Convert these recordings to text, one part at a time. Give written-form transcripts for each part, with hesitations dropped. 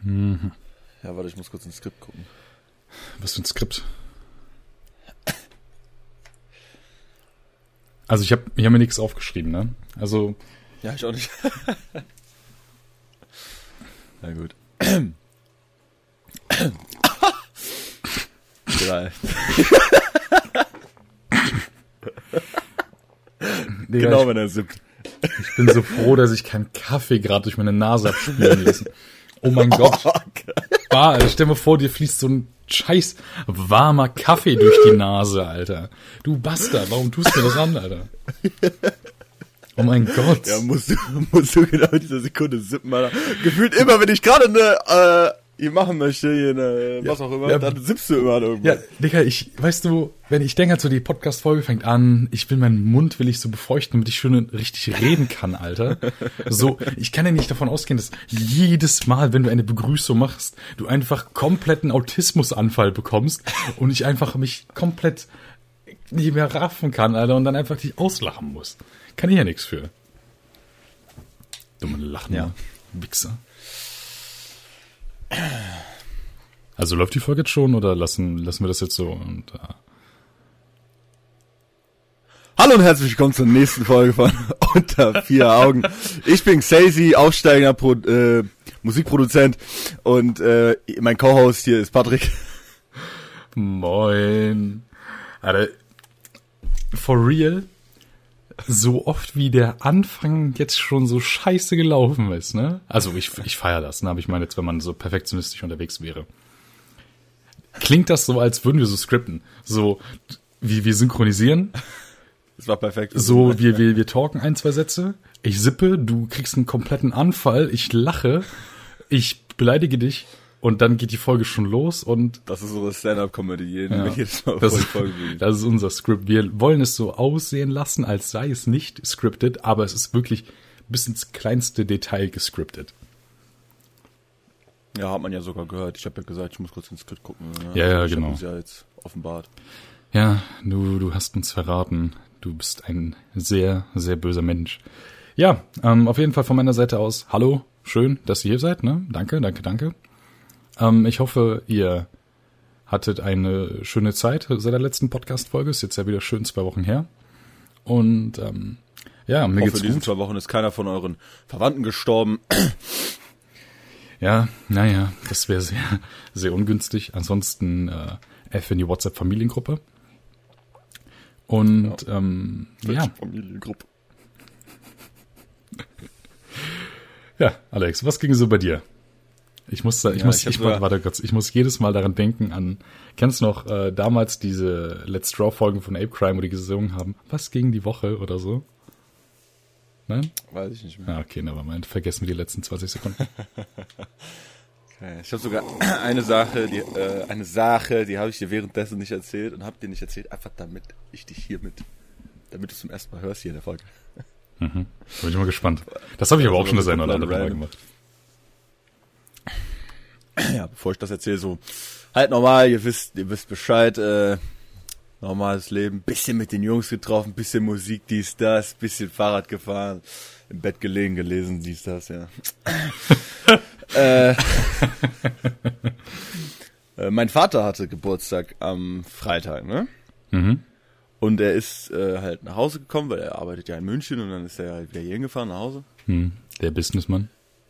Mhm. Ja, warte, ich muss kurz ins Skript gucken. Was für ein Skript? Also ich hab mir nichts aufgeschrieben, ne? Also... Ja, ich auch nicht. Na gut. 3. Genau, wenn er sippt. Ich bin so froh, dass ich keinen Kaffee gerade durch meine Nase hab spüren lassen. Oh mein Gott. Stell dir mal vor, dir fließt so ein scheiß warmer Kaffee durch die Nase, Alter. Du Bastard, warum tust du mir das an, Alter? Oh mein Gott. Ja, musst du genau in dieser Sekunde sippen, Alter. Gefühlt immer, wenn ich gerade eine hier machen möchte, hier eine, was auch immer, dann sippst du immer an irgendwas. Ja, Digga, weißt du, wenn ich denke halt so, die Podcast-Folge fängt an, meinen Mund will ich so befeuchten, damit ich schön richtig reden kann, Alter. So, ich kann ja nicht davon ausgehen, dass jedes Mal, wenn du eine Begrüßung machst, du einfach kompletten Autismusanfall bekommst und ich einfach mich komplett nicht mehr raffen kann, Alter, und dann einfach dich auslachen muss. Kann ich ja nichts für. Dumme Lachen, ja. Wichser. Also läuft die Folge jetzt schon oder lassen wir das jetzt so? Und, Hallo und herzlich willkommen zur nächsten Folge von Unter 4 Augen. Ich bin Xazy, aufsteigender Musikproduzent und mein Co-Host hier ist Patrick. Moin. Alter, for real? So oft wie der Anfang jetzt schon so scheiße gelaufen ist, ne? Also ich feiere das, ne? Aber ich meine jetzt, wenn man so perfektionistisch unterwegs wäre. Klingt das so, als würden wir so skripten. So, wie wir synchronisieren. Das war perfekt. So, wir talken 1, 2 Sätze. Ich sippe, du kriegst einen kompletten Anfall. Ich lache. Ich beleidige dich. Und dann geht die Folge schon los und... Das ist so eine Stand-Up-Comedy, jedes Mal Folge. Das ist unser Skript. Wir wollen es so aussehen lassen, als sei es nicht scripted, aber es ist wirklich bis ins kleinste Detail gescriptet. Ja, hat man ja sogar gehört. Ich habe ja gesagt, ich muss kurz ins Skript gucken. Ja, ich genau. habe uns ja jetzt offenbart. Ja, du hast uns verraten. Du bist ein sehr, sehr böser Mensch. Ja, auf jeden Fall von meiner Seite aus, hallo, schön, dass ihr hier seid, ne? Danke. Ich hoffe, ihr hattet eine schöne Zeit seit der letzten Podcast-Folge. Ist jetzt ja wieder schön 2 Wochen her. Und mir geht's gut. In diesen 2 Wochen ist keiner von euren Verwandten gestorben. Ja, naja, das wäre sehr, sehr ungünstig. Ansonsten F in die WhatsApp-Familiengruppe. Und Familiengruppe. Ja, Alex, was ging so bei dir? Ich muss jedes Mal daran denken kennst du noch damals diese Let's Draw Folgen von Ape Crime, wo die gesungen haben, was ging die Woche oder so? Nein? Weiß ich nicht mehr. Ah, okay, nevermind. Vergessen wir die letzten 20 Sekunden. Okay. Ich habe sogar eine Sache, die habe ich dir währenddessen nicht erzählt und habe dir nicht erzählt, einfach damit du zum ersten Mal hörst hier in der Folge. Mhm. Bin ich mal gespannt. Das habe ich aber auch schon das eine oder andere Mal gemacht. Ja, bevor ich das erzähle, so halt normal, ihr wisst Bescheid, normales Leben, bisschen mit den Jungs getroffen, bisschen Musik, dies, das, bisschen Fahrrad gefahren, im Bett gelegen, gelesen, dies, das, ja. Mein Vater hatte Geburtstag am Freitag, ne? Mhm. Und er ist halt nach Hause gekommen, weil er arbeitet ja in München und dann ist er halt wieder hier hingefahren nach Hause. Der Businessmann.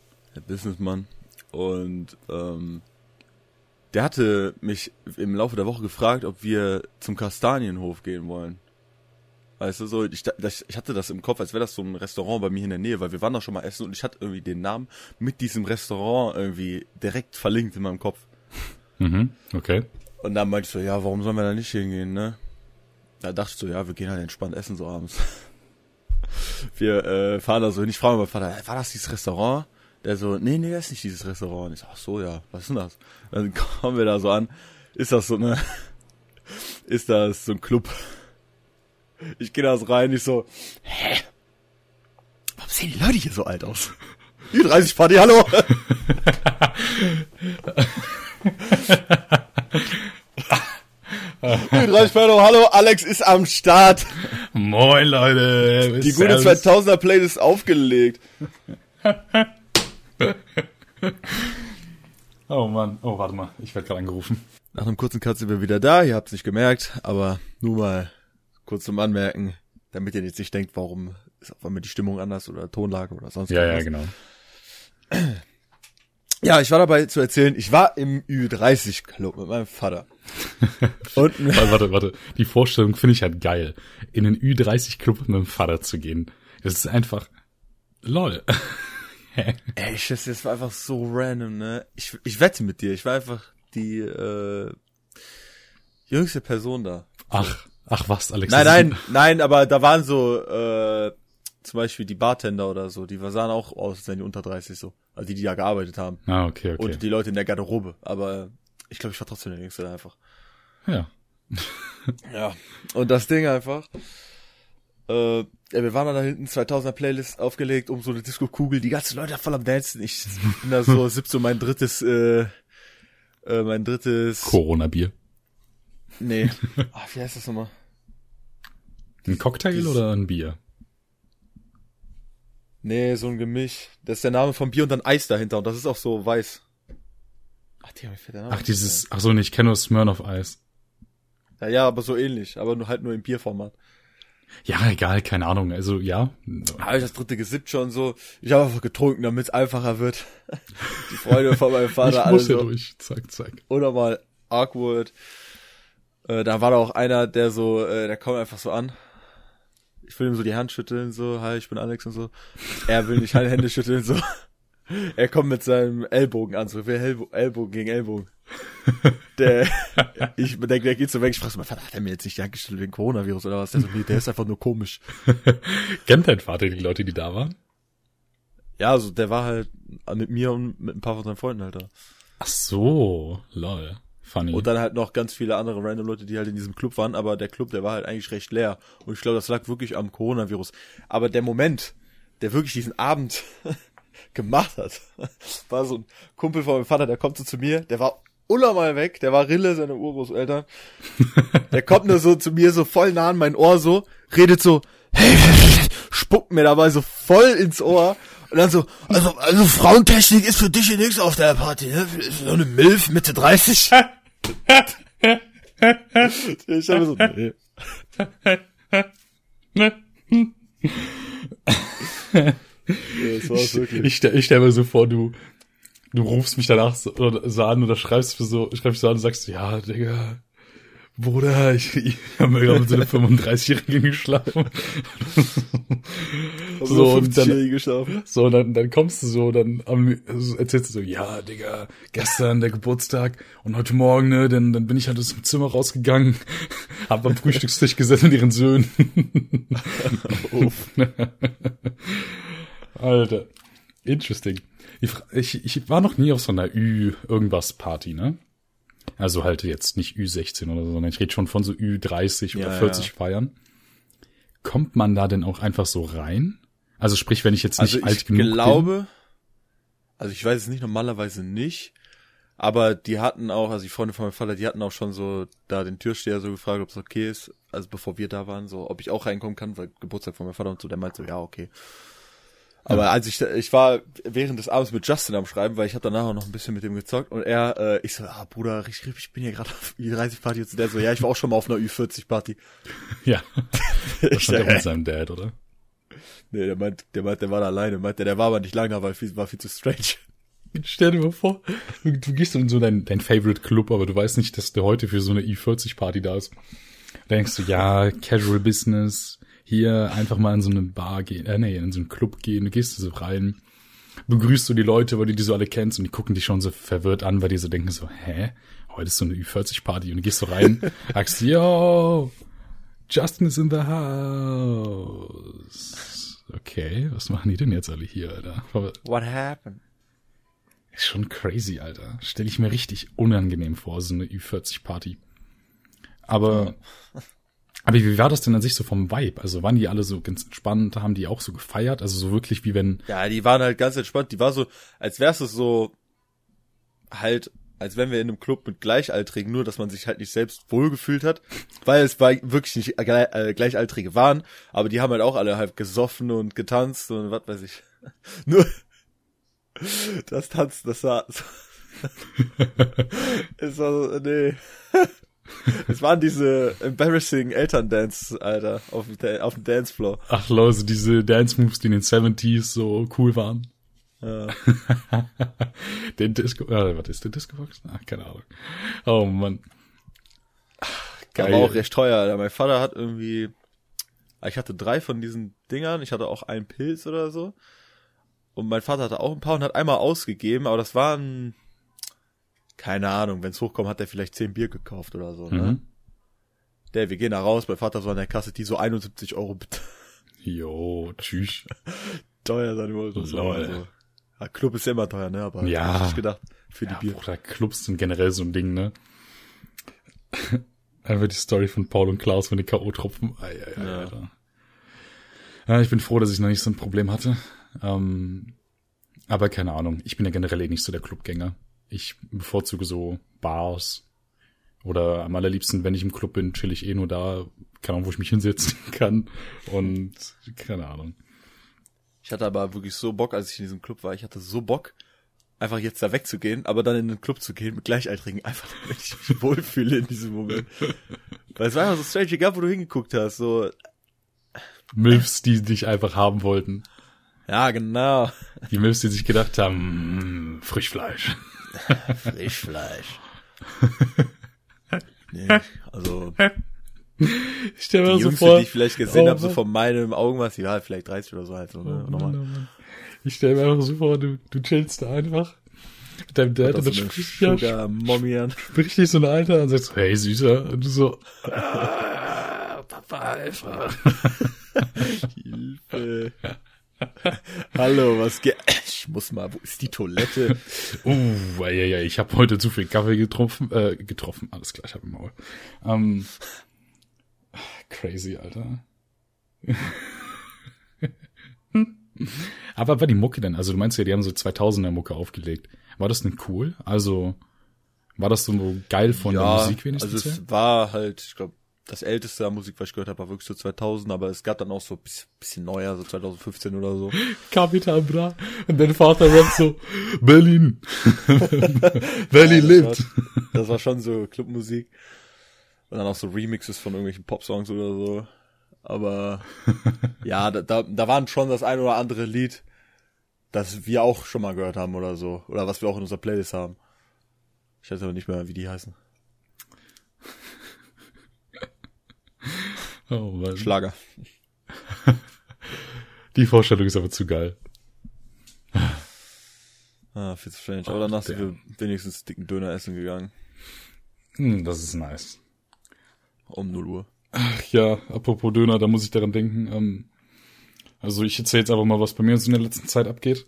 Und der hatte mich im Laufe der Woche gefragt, ob wir zum Kastanienhof gehen wollen. Weißt du, so, ich hatte das im Kopf, als wäre das so ein Restaurant bei mir in der Nähe, weil wir waren da schon mal essen und ich hatte irgendwie den Namen mit diesem Restaurant irgendwie direkt verlinkt in meinem Kopf. Mhm, okay. Und dann meinte ich so, ja, warum sollen wir da nicht hingehen, ne? Da dachte ich so, ja, wir gehen halt entspannt essen so abends. Wir fahren da so hin, ich frage meinen Vater, war das dieses Restaurant? Der so, nee, das ist nicht dieses Restaurant. Und ich so, ach so, ja, was ist denn das? Dann kommen wir da so an, ist das so ein Club? Ich gehe da so rein, ich so, hä? Warum sehen die Leute hier so alt aus? Die 30 Party, hallo! Hallo, Alex ist am Start. Moin, Leute. Die gute 2000er Playlist aufgelegt. Oh Mann, oh warte mal, ich werde gerade angerufen. Nach einem kurzen Cut sind wir wieder da, ihr habt's nicht gemerkt, aber nur mal kurz zum Anmerken, damit ihr jetzt nicht denkt, warum ist auf einmal die Stimmung anders oder Tonlage oder sonst was. Ja, genau. Ja, ich war dabei zu erzählen, ich war im Ü30-Club mit meinem Vater. Und Warte, die Vorstellung finde ich halt geil, in den Ü30-Club mit meinem Vater zu gehen. Das ist einfach, lol. Ey, das war einfach so random, ne? Ich wette mit dir, ich war einfach die jüngste Person da. Ach was, Alex. Nein, aber da waren so zum Beispiel die Bartender oder so, die sahen auch aus, als wären die unter 30 so. Also die da gearbeitet haben. Ah, okay. Und die Leute in der Garderobe. Aber ich glaube, ich war trotzdem der Jüngste da einfach. Ja. Ja. Und das Ding einfach, wir waren da hinten, 2000er Playlist aufgelegt, um so eine Disco-Kugel, die ganzen Leute voll am Dancen. Ich bin da so, sipp so mein drittes Corona-Bier. Nee. Ach, wie heißt das nochmal? Ein Cocktail oder ein Bier? Nee, so ein Gemisch. Das ist der Name vom Bier und dann Eis dahinter und das ist auch so weiß. Mir fällt der Name nee, ich kenne nur Smirnoff Eis. Ja, aber so ähnlich, aber nur im Bierformat. Ja, egal, keine Ahnung, also ja. Habe ich das dritte gesippt schon so. Ich habe einfach getrunken, damit es einfacher wird. Die Freunde von meinem Vater. Ich muss ja durch, zack. Oder mal awkward. Da war da auch einer, der so, der kommt einfach so an. Ich will ihm so die Hand schütteln, so, hi, ich bin Alex und so. Er will nicht Hände schütteln, so. Er kommt mit seinem Ellbogen an, so, Ellbogen gegen Ellbogen. Der geht so weg, ich frage so, mein Vater, hat er mir jetzt nicht die Hand geschüttelt wegen Coronavirus oder was? Der so, nee, der ist einfach nur komisch. Kennt dein Vater die Leute, die da waren? Ja, also der war halt mit mir und mit ein paar von seinen Freunden halt da. Ach so, lol. Funny. Und dann halt noch ganz viele andere random Leute, die halt in diesem Club waren, aber der Club, der war halt eigentlich recht leer. Und ich glaube, das lag wirklich am Coronavirus. Aber der Moment, der wirklich diesen Abend gemacht hat, war so ein Kumpel von meinem Vater, der kommt so zu mir, der war unnormal weg, der war Rille, seine Urgroßeltern. Der kommt nur so zu mir, so voll nah an mein Ohr so, redet so, hey, spuckt mir dabei so voll ins Ohr. Und dann so, also Frauentechnik ist für dich hier nichts auf der Party, ne? So eine Milf, Mitte 30. Ich habe so, nee. Das war's wirklich. Ich stell mir so vor, du rufst mich danach so an oder schreibst mich so an und sagst, ja, Digga, Bruder, ich hab mir gerade mit so einer 35-Jährigen geschlafen. So, und dann kommst du so, erzählst du so, ja, Digga, gestern der Geburtstag und heute Morgen, ne, dann bin ich halt aus dem Zimmer rausgegangen, hab am Frühstückstisch gesessen mit ihren Söhnen. Alter, interesting. Ich war noch nie auf so einer Ü-Irgendwas-Party, ne? Also halt jetzt nicht Ü16 oder so, sondern ich rede schon von so Ü30 oder 40 Feiern. Kommt man da denn auch einfach so rein? Also sprich, wenn ich jetzt nicht alt genug bin. Ich glaube, also ich weiß es nicht, normalerweise nicht, aber die hatten auch, also die Freunde von meinem Vater, die hatten auch schon so da den Türsteher so gefragt, ob es okay ist, also bevor wir da waren, so, ob ich auch reinkommen kann, weil Geburtstag von meinem Vater und so, der meinte so, ja, okay. Aber als ich war während des Abends mit Justin am Schreiben, weil ich habe danach auch noch ein bisschen mit dem gezockt und ich so, Bruder, ich bin hier gerade auf Ü30-Party und der so, ja, ich war auch schon mal auf einer Ü40-Party. Ja, das stand ja mit seinem Dad, oder? Nee, der war da alleine, der war aber nicht lange, weil war viel zu strange. Stell dir mal vor, du gehst in so dein Favorite Club, aber du weißt nicht, dass der heute für so eine Ü40-Party da ist. Da denkst du, ja, Casual Business, hier einfach mal in so eine Bar gehen, in so einen Club gehen, du gehst so rein, begrüßt du die Leute, weil du die so alle kennst und die gucken dich schon so verwirrt an, weil die so denken so, heute ist so eine Ü40-Party und du gehst so rein, sagst, yo, Justin is in the house. Okay, was machen die denn jetzt alle hier, Alter? What happened? Ist schon crazy, Alter. Stell ich mir richtig unangenehm vor, so eine Ü40-Party. Aber wie war das denn an sich so vom Vibe? Also waren die alle so ganz entspannt, haben die auch so gefeiert? Also so wirklich wie wenn... Ja, die waren halt ganz entspannt. Die war so, als wär's es so halt, als wenn wir in einem Club mit Gleichaltrigen, nur dass man sich halt nicht selbst wohlgefühlt hat, weil es wirklich nicht Gleichaltrige waren, aber die haben halt auch alle halb gesoffen und getanzt und was weiß ich. Nur das Tanzen, das war Es war so, nee. Es waren diese embarrassing Elterndance, Alter, auf dem Dancefloor. Ach Leute, diese Dance-Moves, die in den 70s so cool waren. Ja. Den Disco, was ist der Discobox? Ach, keine Ahnung. Oh Mann. Geil. Aber auch recht teuer, Alter. Mein Vater hat irgendwie, ich hatte 3 von diesen Dingern, ich hatte auch einen Pilz oder so. Und mein Vater hatte auch ein paar und hat einmal ausgegeben, aber das waren, keine Ahnung, wenn's hochkommt, hat er vielleicht 10 Bier gekauft oder so, ne? Wir gehen da raus, mein Vater so an der Kasse, die so 71 Euro bitte. Jo, tschüss. Teuer sein wohl. So. Ja, Club ist ja immer teuer, ne? Aber ja, hab ich gedacht, für die Bier. Bruder, Clubs sind generell so ein Ding, ne? Einfach die Story von Paul und Klaus von den K.O.-Tropfen. Alter. Ja, ich bin froh, dass ich noch nicht so ein Problem hatte. Aber keine Ahnung, ich bin ja generell nicht so der Clubgänger. Ich bevorzuge so Bars. Oder am allerliebsten, wenn ich im Club bin, chill ich nur da, keine Ahnung, wo ich mich hinsetzen kann. Und keine Ahnung. Ich hatte aber wirklich so Bock, als ich in diesem Club war. Ich hatte so Bock, einfach jetzt da wegzugehen, aber dann in den Club zu gehen mit Gleichaltrigen. Einfach, damit ich mich wohlfühle in diesem Moment. Weil es war einfach so strange, egal wo du hingeguckt hast. So Milfs, die dich einfach haben wollten. Ja, genau. Die Milfs, die sich gedacht haben, Frischfleisch. Frischfleisch. Nee, also ich stell mir die so Jungs, vor, die ich vielleicht gesehen habe, so von meinem Augenmaß, ja, vielleicht 30 oder so halt. So, ne? Mann. Ich stell mir einfach so vor, du chillst da einfach mit deinem Dad und dann spricht dich so ein Alter und sagt so, hey Süßer, und du so, Papa, einfach. Hilfe. Hallo, was geht? Ich muss mal, wo ist die Toilette? Ich habe heute zu viel Kaffee getroffen, alles klar, ich hab im Maul. Crazy, Alter. Aber war die Mucke denn? Also du meinst ja, die haben so 2000er Mucke aufgelegt. War das denn cool? Also war das so geil von der Musik wenigstens? Also es war halt, ich glaube, das älteste Musik, was ich gehört habe, war wirklich so 2000, aber es gab dann auch so ein bisschen neuer, so 2015 oder so. Capital Bra. Und dein Vater rappt so, Berlin. Berlin lebt. Das war schon so Clubmusik. Und dann auch so Remixes von irgendwelchen Popsongs oder so. Aber ja, da waren schon das ein oder andere Lied, das wir auch schon mal gehört haben oder so. Oder was wir auch in unserer Playlist haben. Ich weiß aber nicht mehr, wie die heißen. Oh Mann. Schlager. Die Vorstellung ist aber zu geil. Viel zu strange. Aber danach sind wir wenigstens dicken Döner essen gegangen. Das ist nice. Um 0 Uhr. Ach ja, apropos Döner, da muss ich daran denken. Also ich erzähle jetzt einfach mal, was bei mir so in der letzten Zeit abgeht.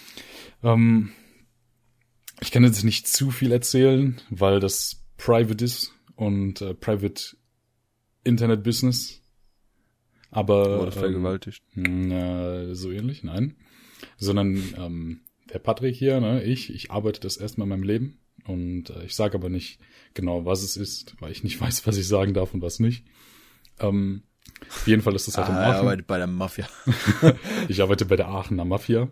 Ich kann jetzt nicht zu viel erzählen, weil das private ist und private Internet Business. Aber wurde vergewaltigt. So ähnlich, nein. Sondern der Patrick hier, ne, ich arbeite das erstmal in meinem Leben und ich sage aber nicht genau, was es ist, weil ich nicht weiß, was ich sagen darf und was nicht. Auf jeden Fall ist das halt in Aachen. Ich arbeite bei der Mafia. Ich arbeite bei der Aachener Mafia.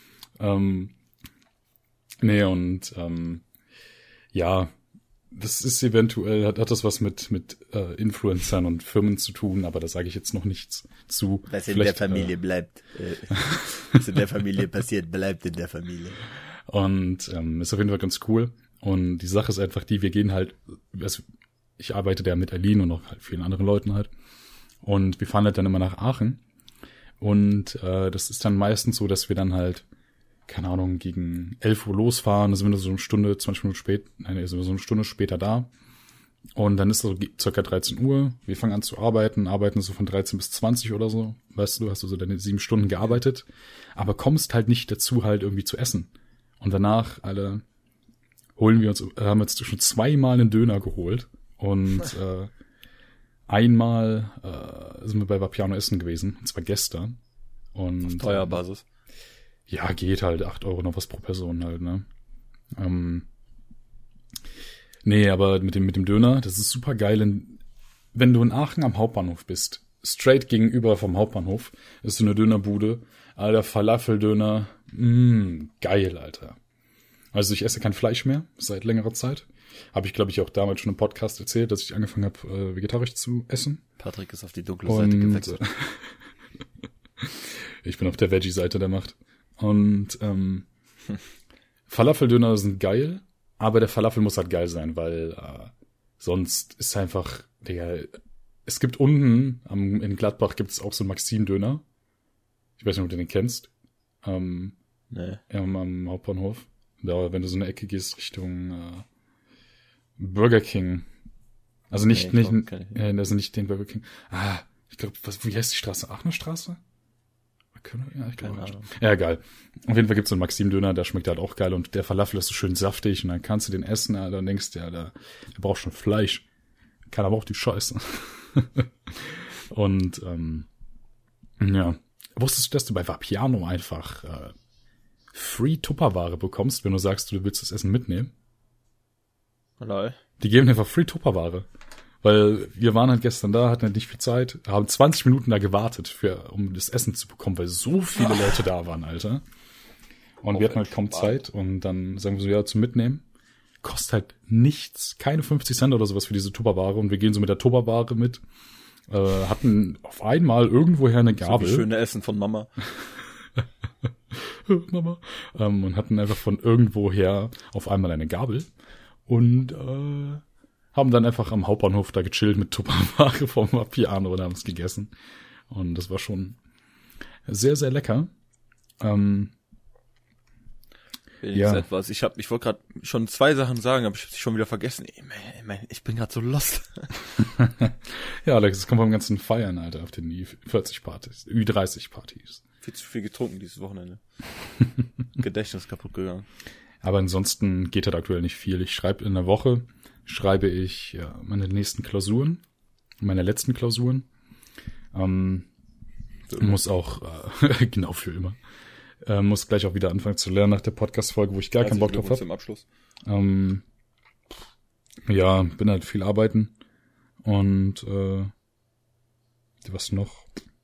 Ja, das ist eventuell, hat das was mit Influencern und Firmen zu tun, aber da sage ich jetzt noch nichts zu. Was in der Familie bleibt. Was in der Familie passiert, bleibt in der Familie. Und ist auf jeden Fall ganz cool. Und die Sache ist einfach die, wir gehen halt, also ich arbeite da mit Aline und noch halt vielen anderen Leuten halt. Und wir fahren halt dann immer nach Aachen. Und das ist dann meistens so, dass wir dann halt, keine Ahnung, gegen 11 Uhr losfahren, da sind wir so eine Stunde, 20 Minuten sind wir so eine Stunde später da. Und dann ist es so circa 13 Uhr. Wir fangen an zu arbeiten so von 13 bis 20 oder so. Weißt du, hast du so deine 7 Stunden gearbeitet, aber kommst halt nicht dazu, halt irgendwie zu essen. Und danach, Alter, haben wir jetzt schon 2-mal einen Döner geholt. Und einmal sind wir bei Vapiano essen gewesen, und zwar gestern. Und auf Steuerbasis. Ja, geht halt 8 Euro noch was pro Person halt, ne? Nee, aber mit dem Döner, das ist super geil. Wenn du in Aachen am Hauptbahnhof bist, straight gegenüber vom Hauptbahnhof, ist so eine Dönerbude. Alter, Falafeldöner, geil, Alter. Also ich esse kein Fleisch mehr seit längerer Zeit. Habe ich, glaube ich, auch damals schon im Podcast erzählt, dass ich angefangen habe, vegetarisch zu essen. Patrick ist auf die dunkle Seite gewechselt. Ich bin auf der Veggie-Seite der Macht. Und Falafeldöner sind geil, aber der Falafel muss halt geil sein, weil sonst ist einfach, Digga, es gibt unten in Gladbach gibt es auch so einen Maxim-Döner. Ich weiß nicht, ob du den kennst. Nee. Am Hauptbahnhof. Da, wenn du so eine Ecke gehst Richtung Burger King. Also nicht den Burger King. Ich glaube, wie heißt die Straße? Aachener Straße? Ja, ich glaube. Ja, egal. Auf jeden Fall gibt's so einen Maxim-Döner, der schmeckt halt auch geil und der Falafel ist so schön saftig und dann kannst du den essen, Alter, und denkst ja, der braucht schon Fleisch. Kann aber auch die Scheiße. Und, ja. Wusstest du, dass du bei Vapiano einfach Free Tupperware bekommst, wenn du sagst, du willst das Essen mitnehmen? Hallo. Die geben einfach Free Tupperware. Weil wir waren halt gestern da, hatten halt nicht viel Zeit, haben 20 Minuten da gewartet, um das Essen zu bekommen, weil so viele Leute da waren, Alter. Und wir hatten halt kaum Zeit und dann sagen wir so, ja, zum Mitnehmen. Kostet halt nichts, keine 50 Cent oder sowas für diese Tupperware und wir gehen so mit der Tupperware mit. Hatten auf einmal irgendwoher eine Gabel. So wie schöne Essen von Mama. Mama. Und hatten einfach von irgendwoher auf einmal eine Gabel und haben dann einfach am Hauptbahnhof da gechillt mit Tupperware vom Piano und haben es gegessen. Und das war schon sehr, sehr lecker. Ja. Ich wollte gerade schon 2 Sachen sagen, aber ich habe sie schon wieder vergessen. Ich bin gerade so lost. Ja, Alex, es kommt vom ganzen Feiern, Alter, auf den Ü40-Partys, Ü30-Partys. Viel zu viel getrunken dieses Wochenende. Gedächtnis kaputt gegangen. Aber ansonsten geht halt aktuell nicht viel. Ich schreibe in der Woche, meine nächsten Klausuren, meine letzten Klausuren. Muss auch, genau für immer. Muss gleich auch wieder anfangen zu lernen nach der Podcast-Folge, wo ich gar keinen Bock drauf habe. Im Abschluss. Ja, bin halt viel arbeiten. Und was noch?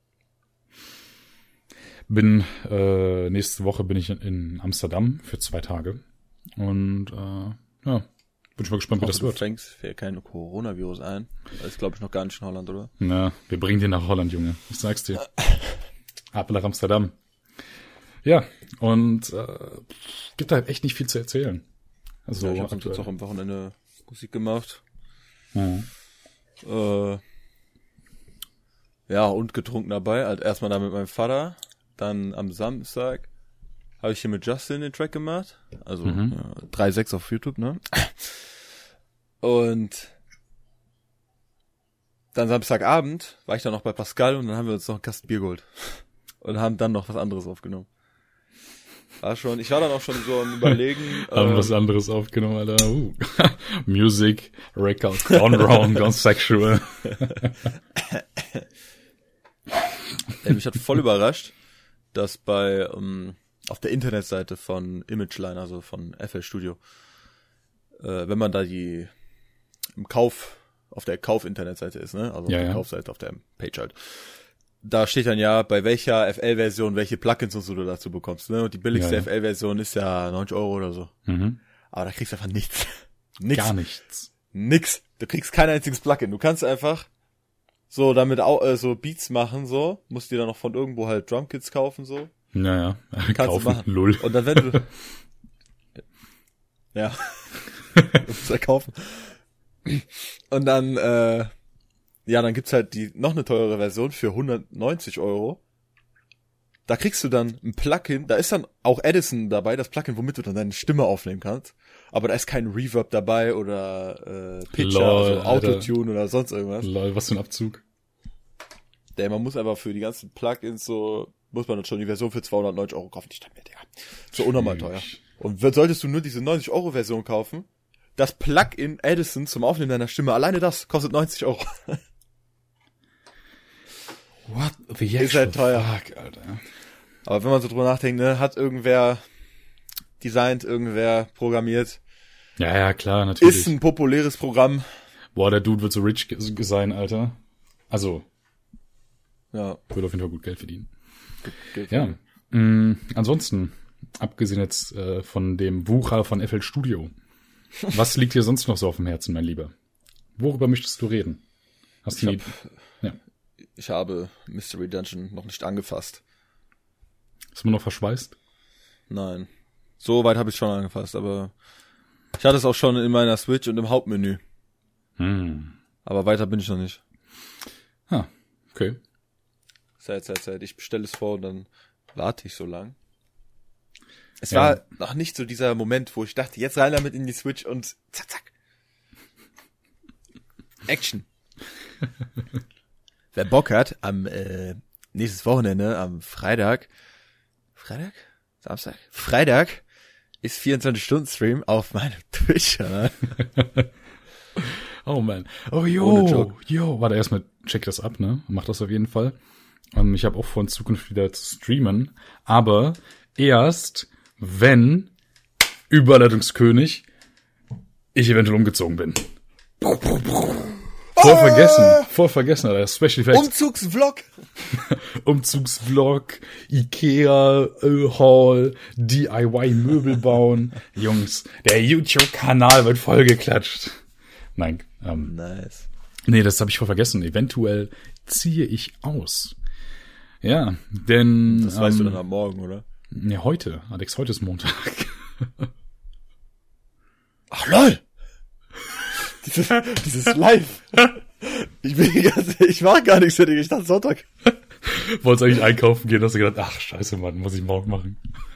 Nächste Woche bin ich in Amsterdam für 2 Tage. Und ja, bin ich mal gespannt, wie das wird. Du fängst für kein Coronavirus ein. Das ist, glaube ich, noch gar nicht in Holland, oder? Na, wir bringen den nach Holland, Junge. Ich sag's dir. Ab nach Amsterdam. Ja, und gibt halt echt nicht viel zu erzählen. Also ja, ich habe jetzt auch am Wochenende Musik gemacht. Mhm. Ja, und getrunken dabei. Halt erstmal da mit meinem Vater. Dann am Samstag habe ich hier mit Justin den Track gemacht. Also 3,6 auf YouTube, ne? Und dann Samstagabend war ich dann noch bei Pascal und dann haben wir uns noch einen Kasten Bier geholt. Und haben dann noch was anderes aufgenommen. Ich war dann auch schon so am Überlegen. Haben was anderes aufgenommen, Alter. Music, Record, gone sexual. Mich hat voll überrascht, dass bei auf der Internetseite von Imageline, also von FL Studio, wenn man da auf der Kauf-Internetseite ist, ne? Also auf der Kaufseite, auf der Page halt. Da steht dann ja, bei welcher FL-Version welche Plugins und so du dazu bekommst, ne? Und die billigste FL-Version ist ja 90 € oder so. Mhm. Aber da kriegst du einfach nichts. Gar nichts. Nix. Du kriegst kein einziges Plugin. Du kannst einfach so damit auch so Beats machen, so. Musst dir dann noch von irgendwo halt Drumkits kaufen, so. Naja, kannst kaufen, lull. Und dann wenn du ja, du musst ja kaufen. Und dann dann gibt's halt noch eine teure Version für 190 €. Da kriegst du dann ein Plugin, da ist dann auch Edison dabei, das Plugin, womit du dann deine Stimme aufnehmen kannst. Aber da ist kein Reverb dabei oder Pitcher, Lol, also Autotune oder sonst irgendwas. Lol, was für ein Abzug. Man muss aber für die ganzen Plugins muss man dann schon die Version für 290 € kaufen. Ich dachte mir, Digga, so unnormal teuer. Und solltest du nur diese 90 € Version kaufen, das Plugin Edison zum Aufnehmen deiner Stimme, alleine das kostet 90 €. What the ist halt teuer. Fuck, Alter. Aber wenn man so drüber nachdenkt, ne, hat irgendwer designt, irgendwer programmiert. Ja, klar, natürlich. Ist ein populäres Programm. Boah, der Dude wird so rich sein, Alter. Also, ja, wird auf jeden Fall gut Geld verdienen. Geld ja. Ansonsten, abgesehen jetzt von dem Wucher von FL Studio. Was liegt dir sonst noch so auf dem Herzen, mein Lieber? Worüber möchtest du reden? Ich habe Mystery Dungeon noch nicht angefasst. Ist man noch verschweißt? Nein. So weit habe ich schon angefasst, aber ich hatte es auch schon in meiner Switch und im Hauptmenü. Aber weiter bin ich noch nicht. Okay. Zeit. Ich bestelle es vor und dann warte ich so lang. Es war noch nicht so dieser Moment, wo ich dachte, jetzt rein damit in die Switch und zack. Action. Wer Bock hat, am nächstes Wochenende, am Freitag ist 24-Stunden-Stream auf meinem Twitch-Kanal. Oh man. Oh warte, erstmal check das ab, ne? Mach das auf jeden Fall. Ich habe auch vor, in Zukunft wieder zu streamen, aber erst, wenn Überleitungskönig ich eventuell umgezogen bin. Voll vergessen, Alter. Special Effects. Umzugsvlog, Ikea, Hall, DIY-Möbel bauen. Jungs, der YouTube-Kanal wird vollgeklatscht. Nein. Nice. Nee, das habe ich voll vergessen. Eventuell ziehe ich aus. Ja, denn... Das weißt du dann am Morgen, oder? Ja, heute. Alex, heute ist Montag. Ach, lol! Dieses Live. Ich war gar nichts fertig. Ich dachte Sonntag. Wolltest eigentlich einkaufen gehen, hast du gedacht, ach, scheiße, Mann, muss ich morgen machen.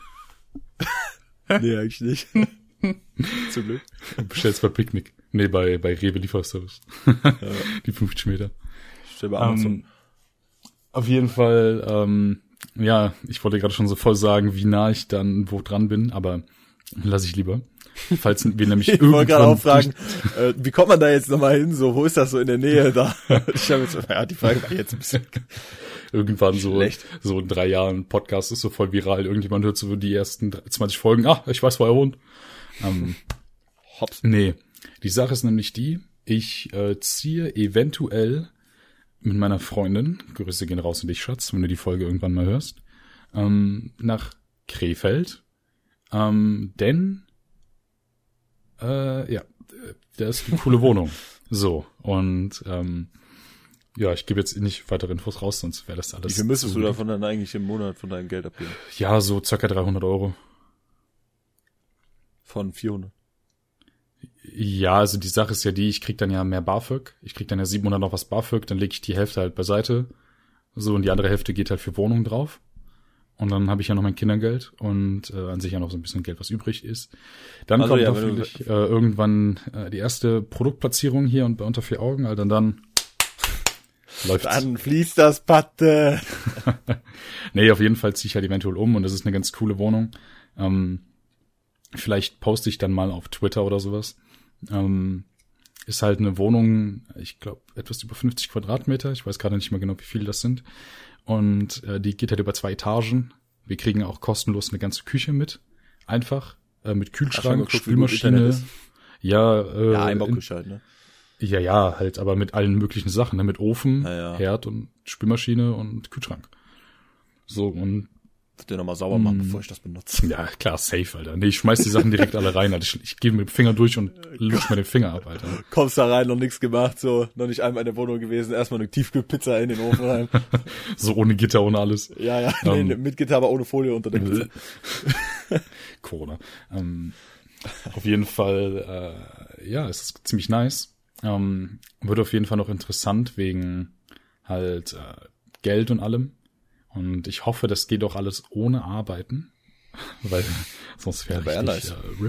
Nee, eigentlich nicht. Zum Glück. Bestellst bei Picknick. Nee, bei Rewe Lieferservice. Die 50 Meter. Stell bei Amazon. Auf jeden Fall, ich wollte gerade schon so voll sagen, wie nah ich dann wo dran bin, aber lasse ich lieber. Falls wir nämlich ich wollte gerade auch fragen, wie kommt man da jetzt nochmal hin? So, wo ist das so in der Nähe da? Ich habe jetzt, die Frage war jetzt ein bisschen irgendwann so in 3 Jahren Podcast ist so voll viral. Irgendjemand hört so die ersten 20 Folgen. Ich weiß, wo er wohnt. Hops. Nee, die Sache ist nämlich die, ich ziehe eventuell mit meiner Freundin, Grüße gehen raus an dich, Schatz, wenn du die Folge irgendwann mal hörst, nach Krefeld. Denn das ist eine coole Wohnung. So, und ich gebe jetzt nicht weitere Infos raus, sonst wäre das alles. Wie viel müsstest du davon dann eigentlich im Monat von deinem Geld abgeben? Ja, so circa 300 Euro. Von 400? Ja, also die Sache ist ja die, ich krieg dann ja mehr BAföG. Ich krieg dann ja 700 noch was BAföG, dann lege ich die Hälfte halt beiseite. So, und die andere Hälfte geht halt für Wohnungen drauf. Und dann habe ich ja noch mein Kindergeld und an sich ja noch so ein bisschen Geld, was übrig ist. Dann kommt hoffentlich irgendwann die erste Produktplatzierung hier und bei Unter 4 Augen, Alter, und dann läuft's. Dann fließt das Patte. Nee, auf jeden Fall ziehe ich halt eventuell um und das ist eine ganz coole Wohnung. Vielleicht poste ich dann mal auf Twitter oder sowas. Ist halt eine Wohnung, ich glaube, etwas über 50 Quadratmeter. Ich weiß gerade nicht mehr genau, wie viel das sind. Und die geht halt über 2 Etagen. Wir kriegen auch kostenlos eine ganze Küche mit. Einfach. Mit Kühlschrank, Spülmaschine. Ja, Einbauküche halt, ne? Ja, halt, aber mit allen möglichen Sachen, ne? Mit Ofen, Herd und Spülmaschine und Kühlschrank. So, und den nochmal sauber machen, bevor ich das benutze. Ja, klar, safe, Alter. Nee, ich schmeiß die Sachen direkt alle rein, Alter. Ich gehe mit dem Finger durch und lutsch mir den Finger ab, Alter. Kommst da rein, noch nichts gemacht, so, noch nicht einmal in der Wohnung gewesen, erstmal eine Tiefkühlpizza in den Ofen rein. So ohne Gitter, ohne alles. Ja, nee, mit Gitter, aber ohne Folie unter der Pizza. Corona. Auf jeden Fall, es ist ziemlich nice. Wird auf jeden Fall noch interessant wegen halt Geld und allem. Und ich hoffe, das geht auch alles ohne Arbeiten, weil sonst wäre richtig RIP.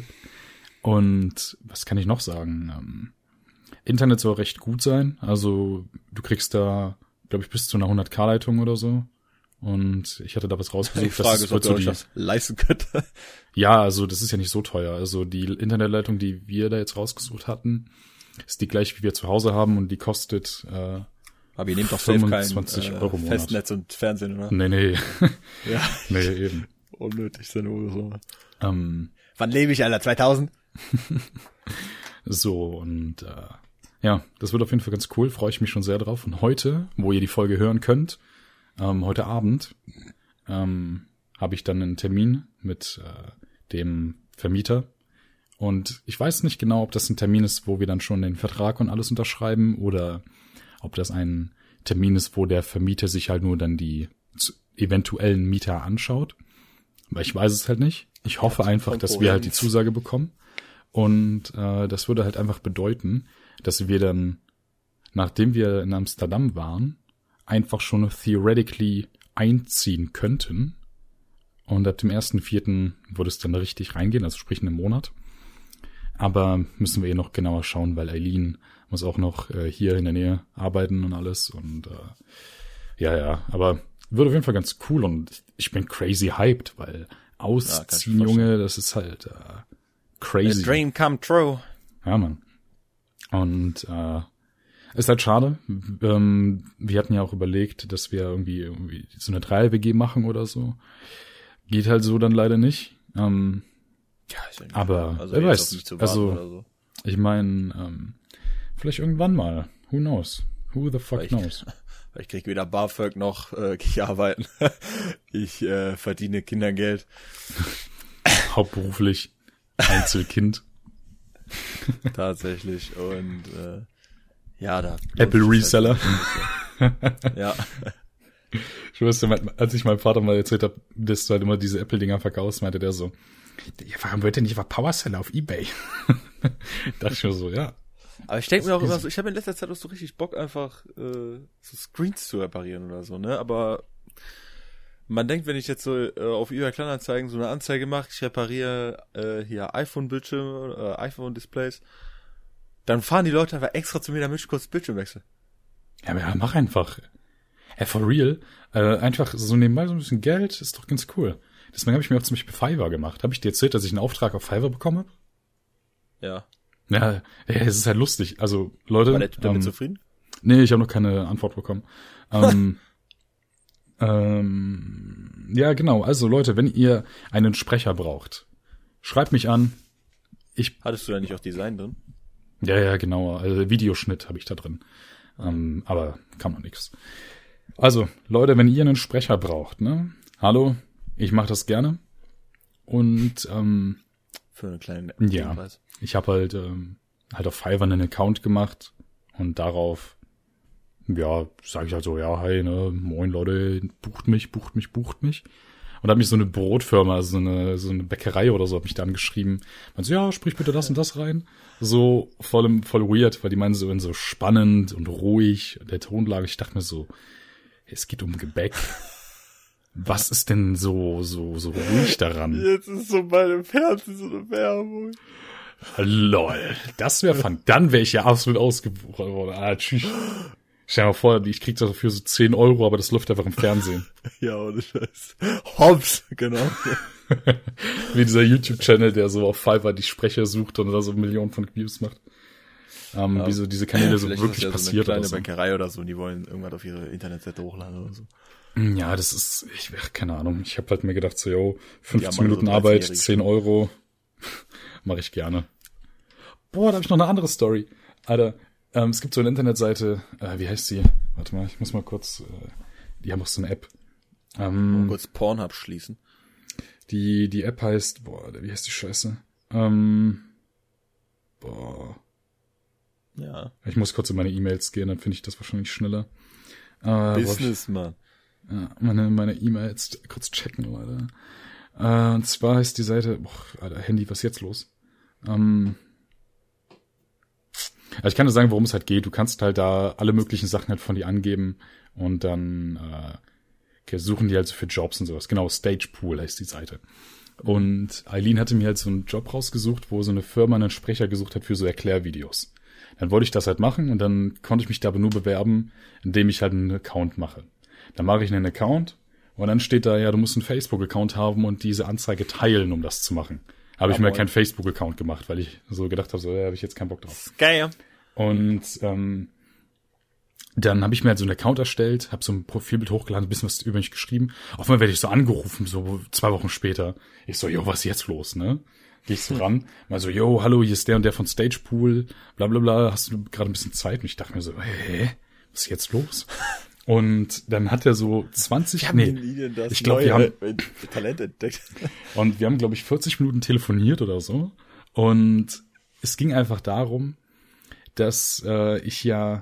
Und was kann ich noch sagen? Internet soll recht gut sein. Also du kriegst da, glaube ich, bis zu einer 100K-Leitung oder so. Und ich hatte da was rausgesucht. Die Frage ist, ob ihr euch das leisten könnt. Ja, also das ist ja nicht so teuer. Also die Internetleitung, die wir da jetzt rausgesucht hatten, ist die gleich, wie wir zu Hause haben. Und die kostet aber ihr nehmt doch 25 Euro im Monat. Festnetz und Fernsehen, oder? Nee. Ja. Nee, eben. Unnötig, seine Uhr so. Wann lebe ich, Alter? 2000? So, und das wird auf jeden Fall ganz cool. Freue ich mich schon sehr drauf. Und heute, wo ihr die Folge hören könnt, heute Abend, habe ich dann einen Termin mit dem Vermieter. Und ich weiß nicht genau, ob das ein Termin ist, wo wir dann schon den Vertrag und alles unterschreiben oder ob das ein Termin ist, wo der Vermieter sich halt nur dann die eventuellen Mieter anschaut. Aber ich weiß es halt nicht. Ich hoffe einfach, dass wir halt die Zusage bekommen. Und das würde halt einfach bedeuten, dass wir dann, nachdem wir in Amsterdam waren, einfach schon theoretically einziehen könnten. Und ab dem 1.4. würde es dann richtig reingehen, also sprich in einem Monat. Aber müssen wir noch genauer schauen, weil Eileen muss auch noch hier in der Nähe arbeiten und alles. Und ja, aber wird auf jeden Fall ganz cool und ich bin crazy hyped, weil ausziehen, Junge, das ist halt crazy. A dream come true. Ja, Mann. Und ist halt schade. Wir hatten ja auch überlegt, dass wir irgendwie so eine 3-WG machen oder so. Geht halt so dann leider nicht. Ja, ist ja nicht aber also wer weiß, nicht zu also oder so. ich meine, vielleicht irgendwann mal. Who knows? Who the fuck knows? Ich krieg weder BAföG noch ich arbeiten. Ich verdiene Kindergeld. Hauptberuflich Einzelkind. Tatsächlich. Und ja, da Apple Reseller. Ja. Ich wusste, als ich meinem Vater mal erzählt habe, dass du halt immer diese Apple-Dinger verkaufst, meinte der so, ja, warum wird denn nicht Powerseller auf eBay? Dachte ich mir so, ja. Aber ich denke mir auch immer so, ich habe in letzter Zeit auch so richtig Bock, einfach so Screens zu reparieren oder so, ne? Aber man denkt, wenn ich jetzt so auf eBay Kleinanzeigen so eine Anzeige mache, ich repariere hier iPhone-Bildschirme, iPhone-Displays, dann fahren die Leute einfach extra zu mir, damit ich kurz Bildschirm wechsle. Ja, aber ja, mach einfach. Ja, for real. Einfach so nebenbei so ein bisschen Geld, ist doch ganz cool. Deswegen habe ich mir auch ziemlich bei Fiverr gemacht. Habe ich dir erzählt, dass ich einen Auftrag auf Fiverr bekommen habe? Ja. Ja, es ist halt lustig. Also, Leute. War der Typ damit zufrieden? Nee, ich habe noch keine Antwort bekommen. Ja, genau. Also, Leute, wenn ihr einen Sprecher braucht, schreibt mich an. Hattest du da nicht auch Design drin? Ja, genau. Also, Videoschnitt habe ich da drin. Aber kann man nix. Also, Leute, wenn ihr einen Sprecher braucht, ne? Hallo, ich mache das gerne. Und für einen kleinen ja, Preis. Ich habe halt auf Fiverr einen Account gemacht und darauf, ja, sage ich halt so, ja, hi, ne, moin Leute, bucht mich. Und hat mich so eine Brotfirma, also so eine Bäckerei oder so, hat mich da angeschrieben. Meinte so, ja, sprich bitte das und das rein. So voll weird, weil die meinen so spannend und ruhig, der Tonlage. Ich dachte mir so, es geht um Gebäck. Was ist denn so ruhig daran? Jetzt ist so bei dem Fernsehen so eine Werbung. Lol, das wäre fun. Dann wäre ich ja absolut ausgebucht worden. Tschüss. Stell dir mal vor, ich krieg dafür so 10 €, aber das läuft einfach im Fernsehen. Ja, ohne Scheiß. Hobbs, genau. Wie dieser YouTube-Channel, der so auf Fiverr die Sprecher sucht und da so Millionen von Views macht. Wie so diese Kanäle so wirklich ja passiert. So eine kleine oder so. Bäckerei oder so, und die wollen irgendwas auf ihre Internetseite hochladen oder so. Ja, das ist, keine Ahnung. Ich habe halt mir gedacht, so, yo, 15 Ja, Minuten so Arbeit, 13-jährig. 10 €, mache ich gerne. Boah, da habe ich noch eine andere Story. Alter, es gibt so eine Internetseite, wie heißt die? Warte mal, ich muss mal kurz, die haben auch so eine App. Kurz Pornhub schließen. Die App heißt, wie heißt die Scheiße? Ja. Ich muss kurz in meine E-Mails gehen, dann finde ich das wahrscheinlich schneller. Businessman. Ja, meine E-Mails kurz checken, Leute. Und zwar heißt die Seite, Alter, Handy, was ist jetzt los? Also ich kann dir sagen, worum es halt geht. Du kannst halt da alle möglichen Sachen halt von dir angeben und dann suchen die halt so für Jobs und sowas. Genau, Stagepool heißt die Seite. Und Eileen hatte mir halt so einen Job rausgesucht, wo so eine Firma einen Sprecher gesucht hat für so Erklärvideos. Dann wollte ich das halt machen und dann konnte ich mich da aber nur bewerben, indem ich halt einen Account mache. Dann mache ich einen Account und dann steht da, ja, du musst einen Facebook-Account haben und diese Anzeige teilen, um das zu machen. Habe ich mir keinen Facebook-Account gemacht, weil ich so gedacht habe, so, ja, habe ich jetzt keinen Bock drauf. Geil. Und dann habe ich mir halt so einen Account erstellt, habe so ein Profilbild hochgeladen, ein bisschen was über mich geschrieben. Auf einmal werde ich so angerufen, so 2 Wochen später. Ich so, was ist jetzt los, ne? Geh ich so ran, mal so, hallo, hier ist der und der von Stagepool, bla bla bla, hast du gerade ein bisschen Zeit? Und ich dachte mir so, was ist jetzt los? Und dann hat er so 20, ich glaube, wir haben Talent entdeckt. Und wir haben, glaube ich, 40 Minuten telefoniert oder so. Und es ging einfach darum, dass ich ja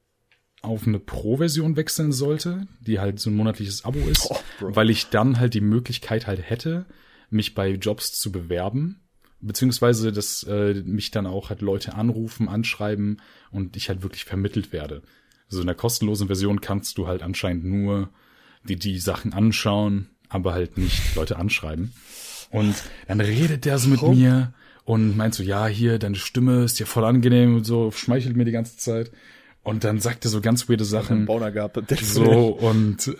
auf eine Pro-Version wechseln sollte, die halt so ein monatliches Abo ist, weil ich dann halt die Möglichkeit halt hätte, mich bei Jobs zu bewerben, beziehungsweise dass mich dann auch halt Leute anrufen, anschreiben und ich halt wirklich vermittelt werde. Also in der kostenlosen Version kannst du halt anscheinend nur die Sachen anschauen, aber halt nicht Leute anschreiben. Und dann redet der so mit mir und meint so, ja, hier, deine Stimme ist ja voll angenehm und so, schmeichelt mir die ganze Zeit. Und dann sagt er so ganz weirde Sachen. So, und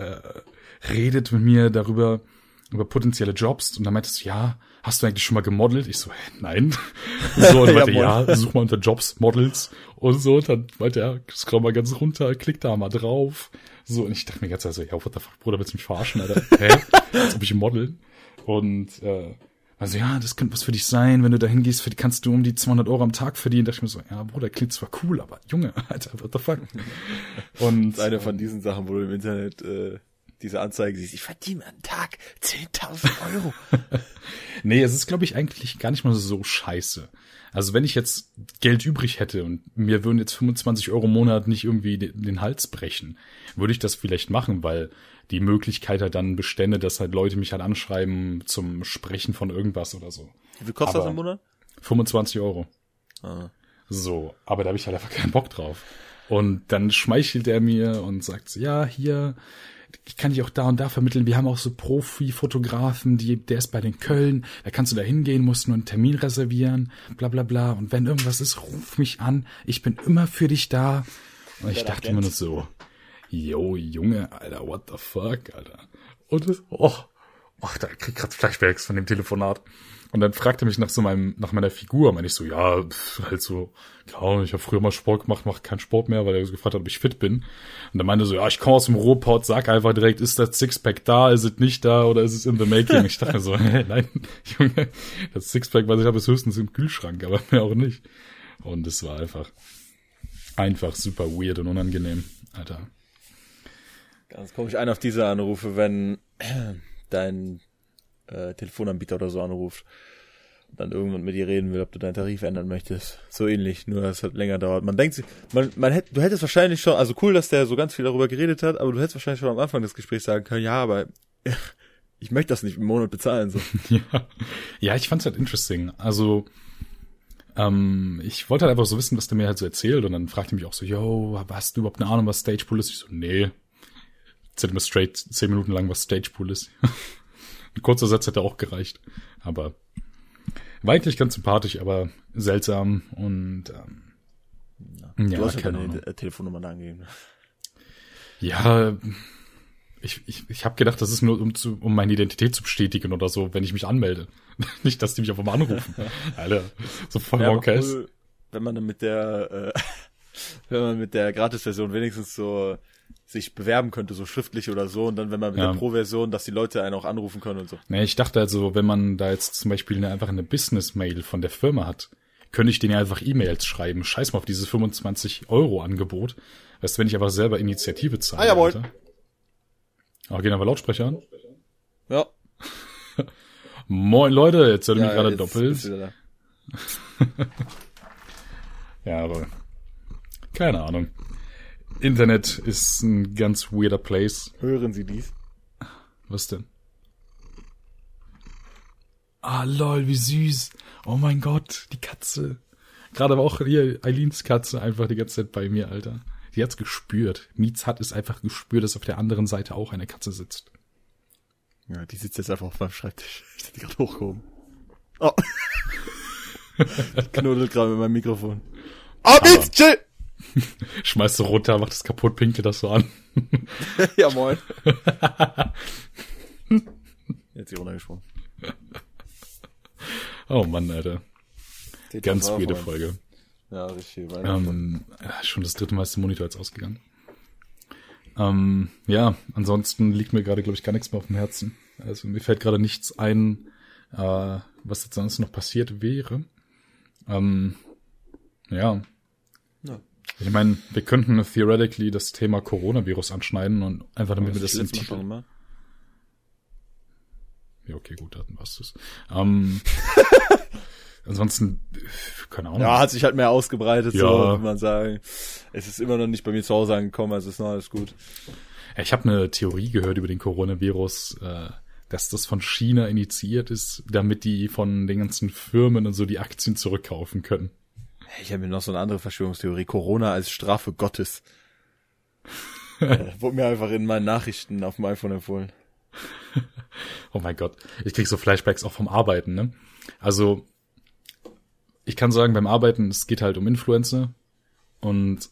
redet mit mir darüber, über potenzielle Jobs. Und dann meinte er so, ja, hast du eigentlich schon mal gemodelt? Ich so, nein. So, und meinte, ja, such mal unter Jobs, Models und so. Und dann meinte er, scroll mal ganz runter, klick da mal drauf. So, und ich dachte mir ganz so, ja, what the fuck, Bruder, willst du mich verarschen, Alter? Hä? Als ob ich model. Und also ja, das könnte was für dich sein, wenn du da hingehst, kannst du um die 200 € am Tag verdienen. Da dachte ich mir so, ja, Bruder, klingt zwar cool, aber Junge, Alter, what the fuck? Und das ist eine von diesen Sachen, wo du im Internet diese Anzeige siehst, ich verdiene am Tag 10.000 €. Nee, es ist, glaube ich, eigentlich gar nicht mal so scheiße. Also wenn ich jetzt Geld übrig hätte und mir würden jetzt 25 € im Monat nicht irgendwie den Hals brechen, würde ich das vielleicht machen, weil die Möglichkeit halt dann bestände, dass halt Leute mich halt anschreiben zum Sprechen von irgendwas oder so. Wie viel kostet das im Monat? 25 €. Ah. So, aber da habe ich halt einfach keinen Bock drauf. Und dann schmeichelt er mir und sagt so, ja, hier, ich kann dich auch da und da vermitteln. Wir haben auch so Profi-Fotografen, der ist bei den Köln, da kannst du da hingehen, musst nur einen Termin reservieren, bla bla bla. Und wenn irgendwas ist, ruf mich an, ich bin immer für dich da. Und ich dachte immer nur so, yo, Junge, Alter, what the fuck, Alter. Und da krieg ich grad Flashbacks von dem Telefonat. Und dann fragte er mich nach meiner Figur. Meine ich so, ja, halt so, klar, ich habe früher mal Sport gemacht, mache keinen Sport mehr, weil er so gefragt hat, ob ich fit bin. Und dann meinte er so, ja, ich komme aus dem Ruhrpott, sag einfach direkt, ist das Sixpack da, ist es nicht da oder ist es in the making? Ich dachte mir so, nein, Junge, das Sixpack, was ich habe, ist höchstens im Kühlschrank, aber mehr auch nicht. Und es war einfach super weird und unangenehm, Alter. Ganz komisch, einer auf diese Anrufe, wenn dein Telefonanbieter oder so anruft und dann irgendwann mit dir reden will, ob du deinen Tarif ändern möchtest. So ähnlich, nur dass es halt länger dauert. Man denkt sich, du hättest wahrscheinlich schon, also cool, dass der so ganz viel darüber geredet hat, aber du hättest wahrscheinlich schon am Anfang des Gesprächs sagen können, ja, aber ich möchte das nicht im Monat bezahlen. So. Ja, ich fand's halt interesting. Also, ich wollte halt einfach so wissen, was der mir halt so erzählt und dann fragte er mich auch so, yo, hast du überhaupt eine Ahnung, was Stagepool ist? Ich so, nee. Erzählt mir straight 10 Minuten lang, was Stagepool ist. Ein kurzer Satz hätte auch gereicht. Aber war eigentlich ganz sympathisch, aber seltsam und du hast ja keine Telefonnummer da angegeben. Ja, ich habe gedacht, das ist nur, um meine Identität zu bestätigen oder so, wenn ich mich anmelde. Nicht, dass die mich auf einmal anrufen. Alter, so voll Monkers. Cool, wenn man dann mit der Gratis-Version wenigstens so sich bewerben könnte, so schriftlich oder so, und dann, wenn man mit der Pro-Version, dass die Leute einen auch anrufen können und so. Nee, ich dachte also, wenn man da jetzt zum Beispiel einfach eine Business-Mail von der Firma hat, könnte ich denen ja einfach E-Mails schreiben. Scheiß mal auf dieses 25-€ Weißt du, wenn ich aber selber Initiative zahle. Jawohl. Aber gehen aber Lautsprecher an? Ja. Moin Leute, jetzt hört ihr mich gerade doppelt. Ja, aber keine Ahnung. Internet ist ein ganz weirder Place. Hören Sie dies? Was denn? Ah, lol, wie süß. Oh mein Gott, die Katze. Gerade aber auch hier Eileens Katze einfach die ganze Zeit bei mir, Alter. Die hat's gespürt. Mietz hat es einfach gespürt, dass auf der anderen Seite auch eine Katze sitzt. Ja, die sitzt jetzt einfach auf meinem Schreibtisch. Ich hab die gerade hochgehoben. Oh. Knuddelt gerade mit meinem Mikrofon. Oh, Mietz, chill! Schmeißt du runter, macht es kaputt, pinkelt das so an. Ja, moin. Jetzt hier runtergesprungen. Oh Mann, Alter. Ganz weirde Folge. Ja, richtig. Schon das 3. Mal ist der Monitor jetzt ausgegangen. Ja, ansonsten liegt mir gerade, glaube ich, gar nichts mehr auf dem Herzen. Also mir fällt gerade nichts ein, was jetzt sonst noch passiert wäre. Ja. Ich meine, wir könnten theoretically das Thema Coronavirus anschneiden und einfach damit wir das im Titel... schon Ja, okay, gut, dann war's das. Ansonsten, keine Ahnung. Ja, hat sich halt mehr ausgebreitet, Ja. so, kann man sagen. Es ist immer noch nicht bei mir zu Hause angekommen, also ist noch alles gut. Ja, ich habe eine Theorie gehört über den Coronavirus, dass das von China initiiert ist, damit die von den ganzen Firmen und so die Aktien zurückkaufen können. Ich habe mir noch so eine andere Verschwörungstheorie. Corona als Strafe Gottes. Wurde mir einfach in meinen Nachrichten auf dem iPhone empfohlen. Oh mein Gott, ich krieg so Flashbacks auch vom Arbeiten, ne? Also, ich kann sagen, beim Arbeiten, es geht halt um Influencer und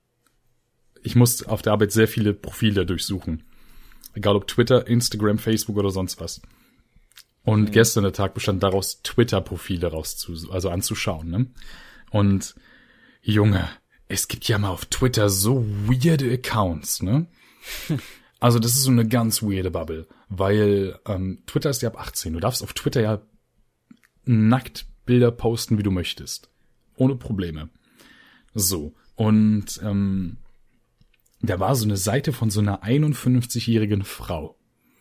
ich muss auf der Arbeit sehr viele Profile durchsuchen. Egal ob Twitter, Instagram, Facebook oder sonst was. Und gestern der Tag bestand daraus, Twitter-Profile anzuschauen, ne? Und Junge, es gibt ja mal auf Twitter so weirde Accounts, ne? Also das ist so eine ganz weirde Bubble, weil Twitter ist ja ab 18. Du darfst auf Twitter ja nackt Bilder posten, wie du möchtest. Ohne Probleme. So, und da war so eine Seite von so einer 51-jährigen Frau.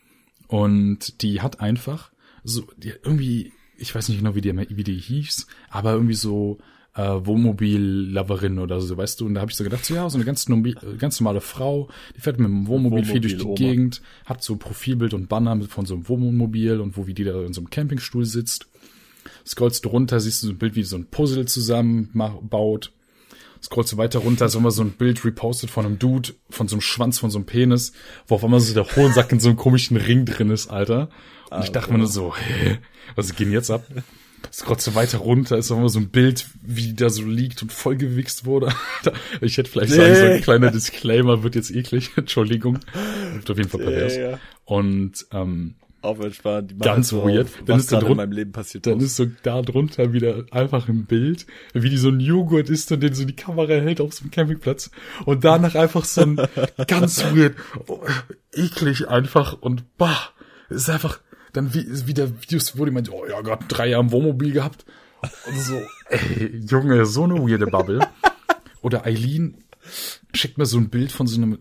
Und die hat einfach so, die irgendwie, ich weiß nicht genau, wie die hieß, aber irgendwie so Wohnmobil-Loverin oder so, weißt du, und da habe ich so gedacht, so, ja, so eine ganz normale Frau, die fährt mit dem Wohnmobil viel durch die Gegend, hat so Profilbild und Banner von so einem Wohnmobil und wie die da in so einem Campingstuhl sitzt. Scrollst du runter, siehst du so ein Bild, wie so ein Puzzle zusammenbaut. Scrollst du weiter runter, ist immer so ein Bild repostet von einem Dude, von so einem Schwanz, von so einem Penis, wo auf einmal so der Hohensack in so einem komischen Ring drin ist, Alter. Und ich dachte mir nur so, hä, was geht denn jetzt ab? Scrollst du weiter runter, ist auch immer so ein Bild, wie da so liegt und vollgewichst wurde. Ich hätte vielleicht sagen sollen, ein kleiner Disclaimer, wird jetzt eklig, Entschuldigung. Wird auf jeden Fall pervers. Ja. Und Aufwärtssparen, die ganz so weird. Dann ist in meinem Leben passiert. Dann ist so da drunter wieder einfach ein Bild, wie die so ein Joghurt isst und den so die Kamera hält auf so einem Campingplatz. Und danach einfach so ein ganz weird, eklig einfach und bah, ist einfach dann wie der Videos, wo die meint, oh ja Gott, 3 Jahre im Wohnmobil gehabt. Und so, ey, Junge, so eine weirde Bubble. Oder Eileen schickt mir so ein Bild von so einem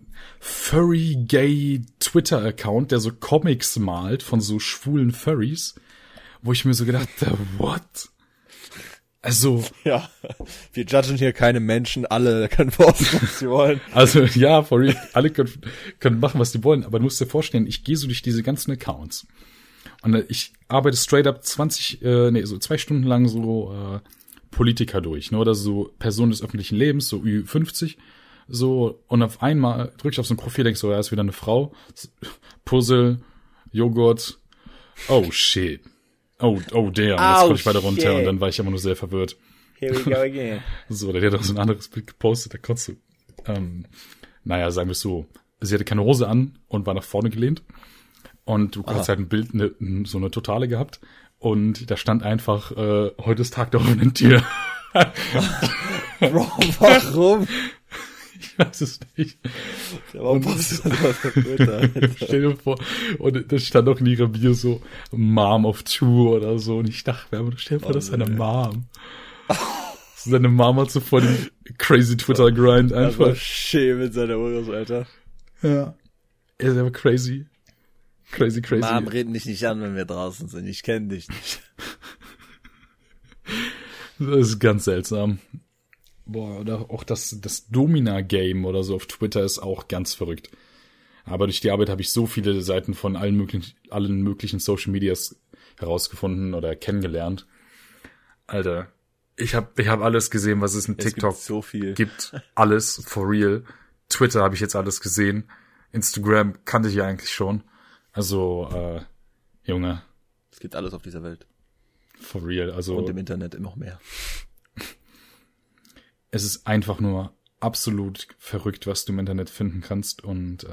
Furry-Gay-Twitter-Account, der so Comics malt von so schwulen Furries, wo ich mir so gedacht habe, what? Also... Ja, wir judgen hier keine Menschen, alle können posten, was sie wollen. Also, ja, for real, alle können machen, was sie wollen, aber du musst dir vorstellen, ich gehe so durch diese ganzen Accounts und ich arbeite straight up 2 Stunden lang so Politiker durch, ne, oder so Personen des öffentlichen Lebens, so Ü50, so, und auf einmal drücke ich auf so ein Profil, denkst so, ja, ist wieder eine Frau, Puzzle, Joghurt, oh shit, oh damn, jetzt konnte ich weiter runter und dann war ich immer nur sehr verwirrt. Here we go again. So, der hat auch so ein anderes Bild gepostet, da konntest du, naja, sagen wir es so, sie hatte keine Hose an und war nach vorne gelehnt und du hast halt ein Bild, so eine Totale gehabt und da stand einfach, heute ist Tag der offenen Tür. Bro, warum? Ich weiß es nicht. Warum postet man das auf Twitter? Stell dir vor, und das stand auch in ihrer Bio so Mom of Two oder so und ich dachte, stell dir vor, das ist seine Mom. Seine Mom hat so voll den crazy Twitter-Grind einfach. Also schön mit seiner Uros, Alter. Ja. Er ist aber crazy. Crazy. Mom, red mich nicht an, wenn wir draußen sind. Ich kenne dich nicht. Das ist ganz seltsam. Boah, oder auch das Domina-Game oder so auf Twitter ist auch ganz verrückt. Aber durch die Arbeit habe ich so viele Seiten von allen möglichen Social Medias herausgefunden oder kennengelernt. Alter, ich hab alles gesehen, was es in TikTok gibt. So viel. Gibt. Alles, for real. Twitter habe ich jetzt alles gesehen. Instagram kannte ich ja eigentlich schon. Also, Junge. Es gibt alles auf dieser Welt. For real, also. Und im Internet immer noch mehr. Es ist einfach nur absolut verrückt, was du im Internet finden kannst und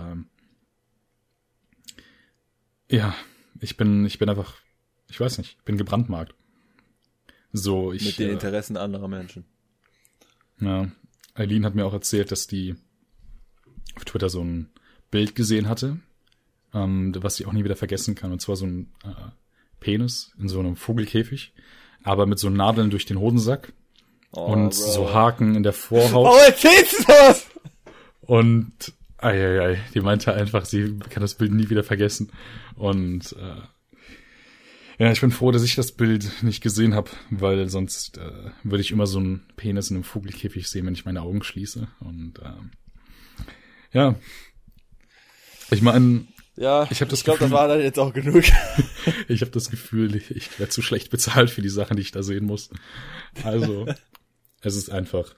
ja, ich bin einfach, ich weiß nicht, ich bin gebrandmarkt. So, mit den Interessen anderer Menschen. Ja, Eileen hat mir auch erzählt, dass die auf Twitter so ein Bild gesehen hatte, was sie auch nie wieder vergessen kann, und zwar so ein Penis in so einem Vogelkäfig, aber mit so Nadeln durch den Hodensack. und Bro. so Haken in der Vorhaut. Oh, erzählst du das? Und die meinte einfach, sie kann das Bild nie wieder vergessen. Und ja, ich bin froh, dass ich das Bild nicht gesehen habe, weil sonst würde ich immer so einen Penis in einem Vogelkäfig sehen, wenn ich meine Augen schließe. Und ja, ich meine, Ja, ich glaube, das war dann jetzt auch genug. Ich habe das Gefühl, ich werde zu schlecht bezahlt für die Sachen, die ich da sehen muss. Also, es ist einfach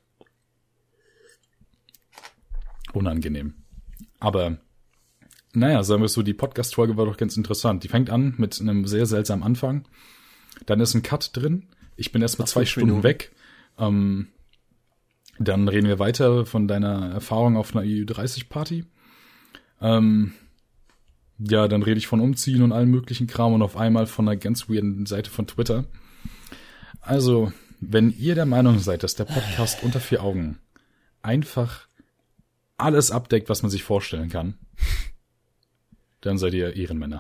unangenehm. Aber, naja, sagen wir es so, die Podcast-Folge war doch ganz interessant. Die fängt an mit einem sehr seltsamen Anfang. Dann ist ein Cut drin. Ich bin erst mal 2 Stunden weg. Dann reden wir weiter von deiner Erfahrung auf einer EU30-Party. Ja, dann rede ich von Umziehen und allem möglichen Kram und auf einmal von einer ganz weirden Seite von Twitter. Also, wenn ihr der Meinung seid, dass der Podcast unter 4 Augen einfach alles abdeckt, was man sich vorstellen kann, dann seid ihr Ehrenmänner.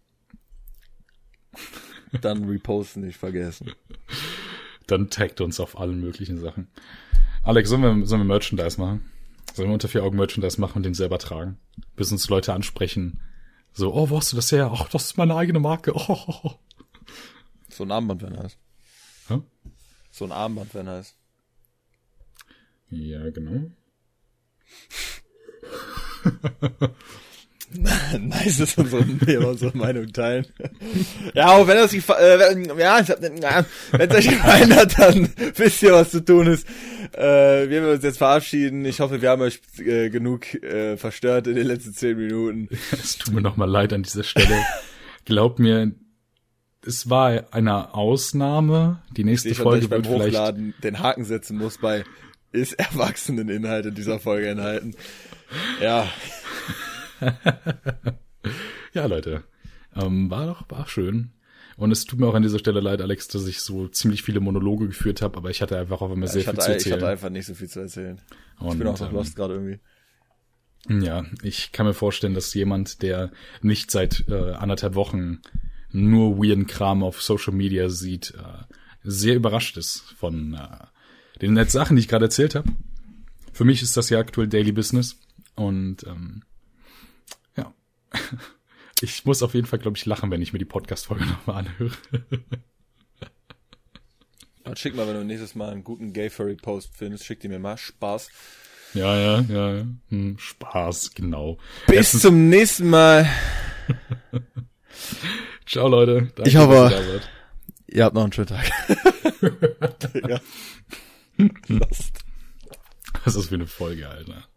Dann reposten nicht vergessen. Dann taggt uns auf allen möglichen Sachen. Alex, sollen wir Merchandise machen? Sollen wir unter 4 Augen Merchandise machen und den selber tragen? Bis uns Leute ansprechen. So, oh, wo hast du das her? Ach, das ist meine eigene Marke. Oh. So ein Armband wäre nice. Hä? So ein Armband wäre nice. Ja, genau. Nice, dass wir unsere Meinung teilen. Ja, auch wenn das wenn es euch gefallen hat, dann wisst ihr, was zu tun ist. Wir werden uns jetzt verabschieden. Ich hoffe, wir haben euch genug verstört in den letzten 10 Minuten. Es tut mir nochmal leid an dieser Stelle. Glaubt mir, es war eine Ausnahme. Die nächste Folge beim wird vielleicht... Hochladen den Haken setzen muss bei ist Erwachseneninhalt in dieser Folge enthalten. Ja. Ja, Leute. War schön. Und es tut mir auch an dieser Stelle leid, Alex, dass ich so ziemlich viele Monologe geführt habe, aber ich hatte einfach auch immer sehr viel zu erzählen. Ich hatte einfach nicht so viel zu erzählen. Und, ich bin auch noch lost gerade irgendwie. Ja, ich kann mir vorstellen, dass jemand, der nicht seit 1,5 Wochen nur weirden Kram auf Social Media sieht, sehr überrascht ist von den netten Sachen, die ich gerade erzählt habe. Für mich ist das ja aktuell Daily Business. Und ja, ich muss auf jeden Fall, glaube ich, lachen, wenn ich mir die Podcast-Folge nochmal anhöre. Schick mal, wenn du nächstes Mal einen guten Gay-Furry-Post findest, schick die mir mal. Spaß. Ja. Spaß, genau. Bis zum nächsten Mal. Ciao, Leute. Danke, ich hoffe, ihr habt noch einen schönen Tag. Ja. Was ist das für eine Folge, Alter?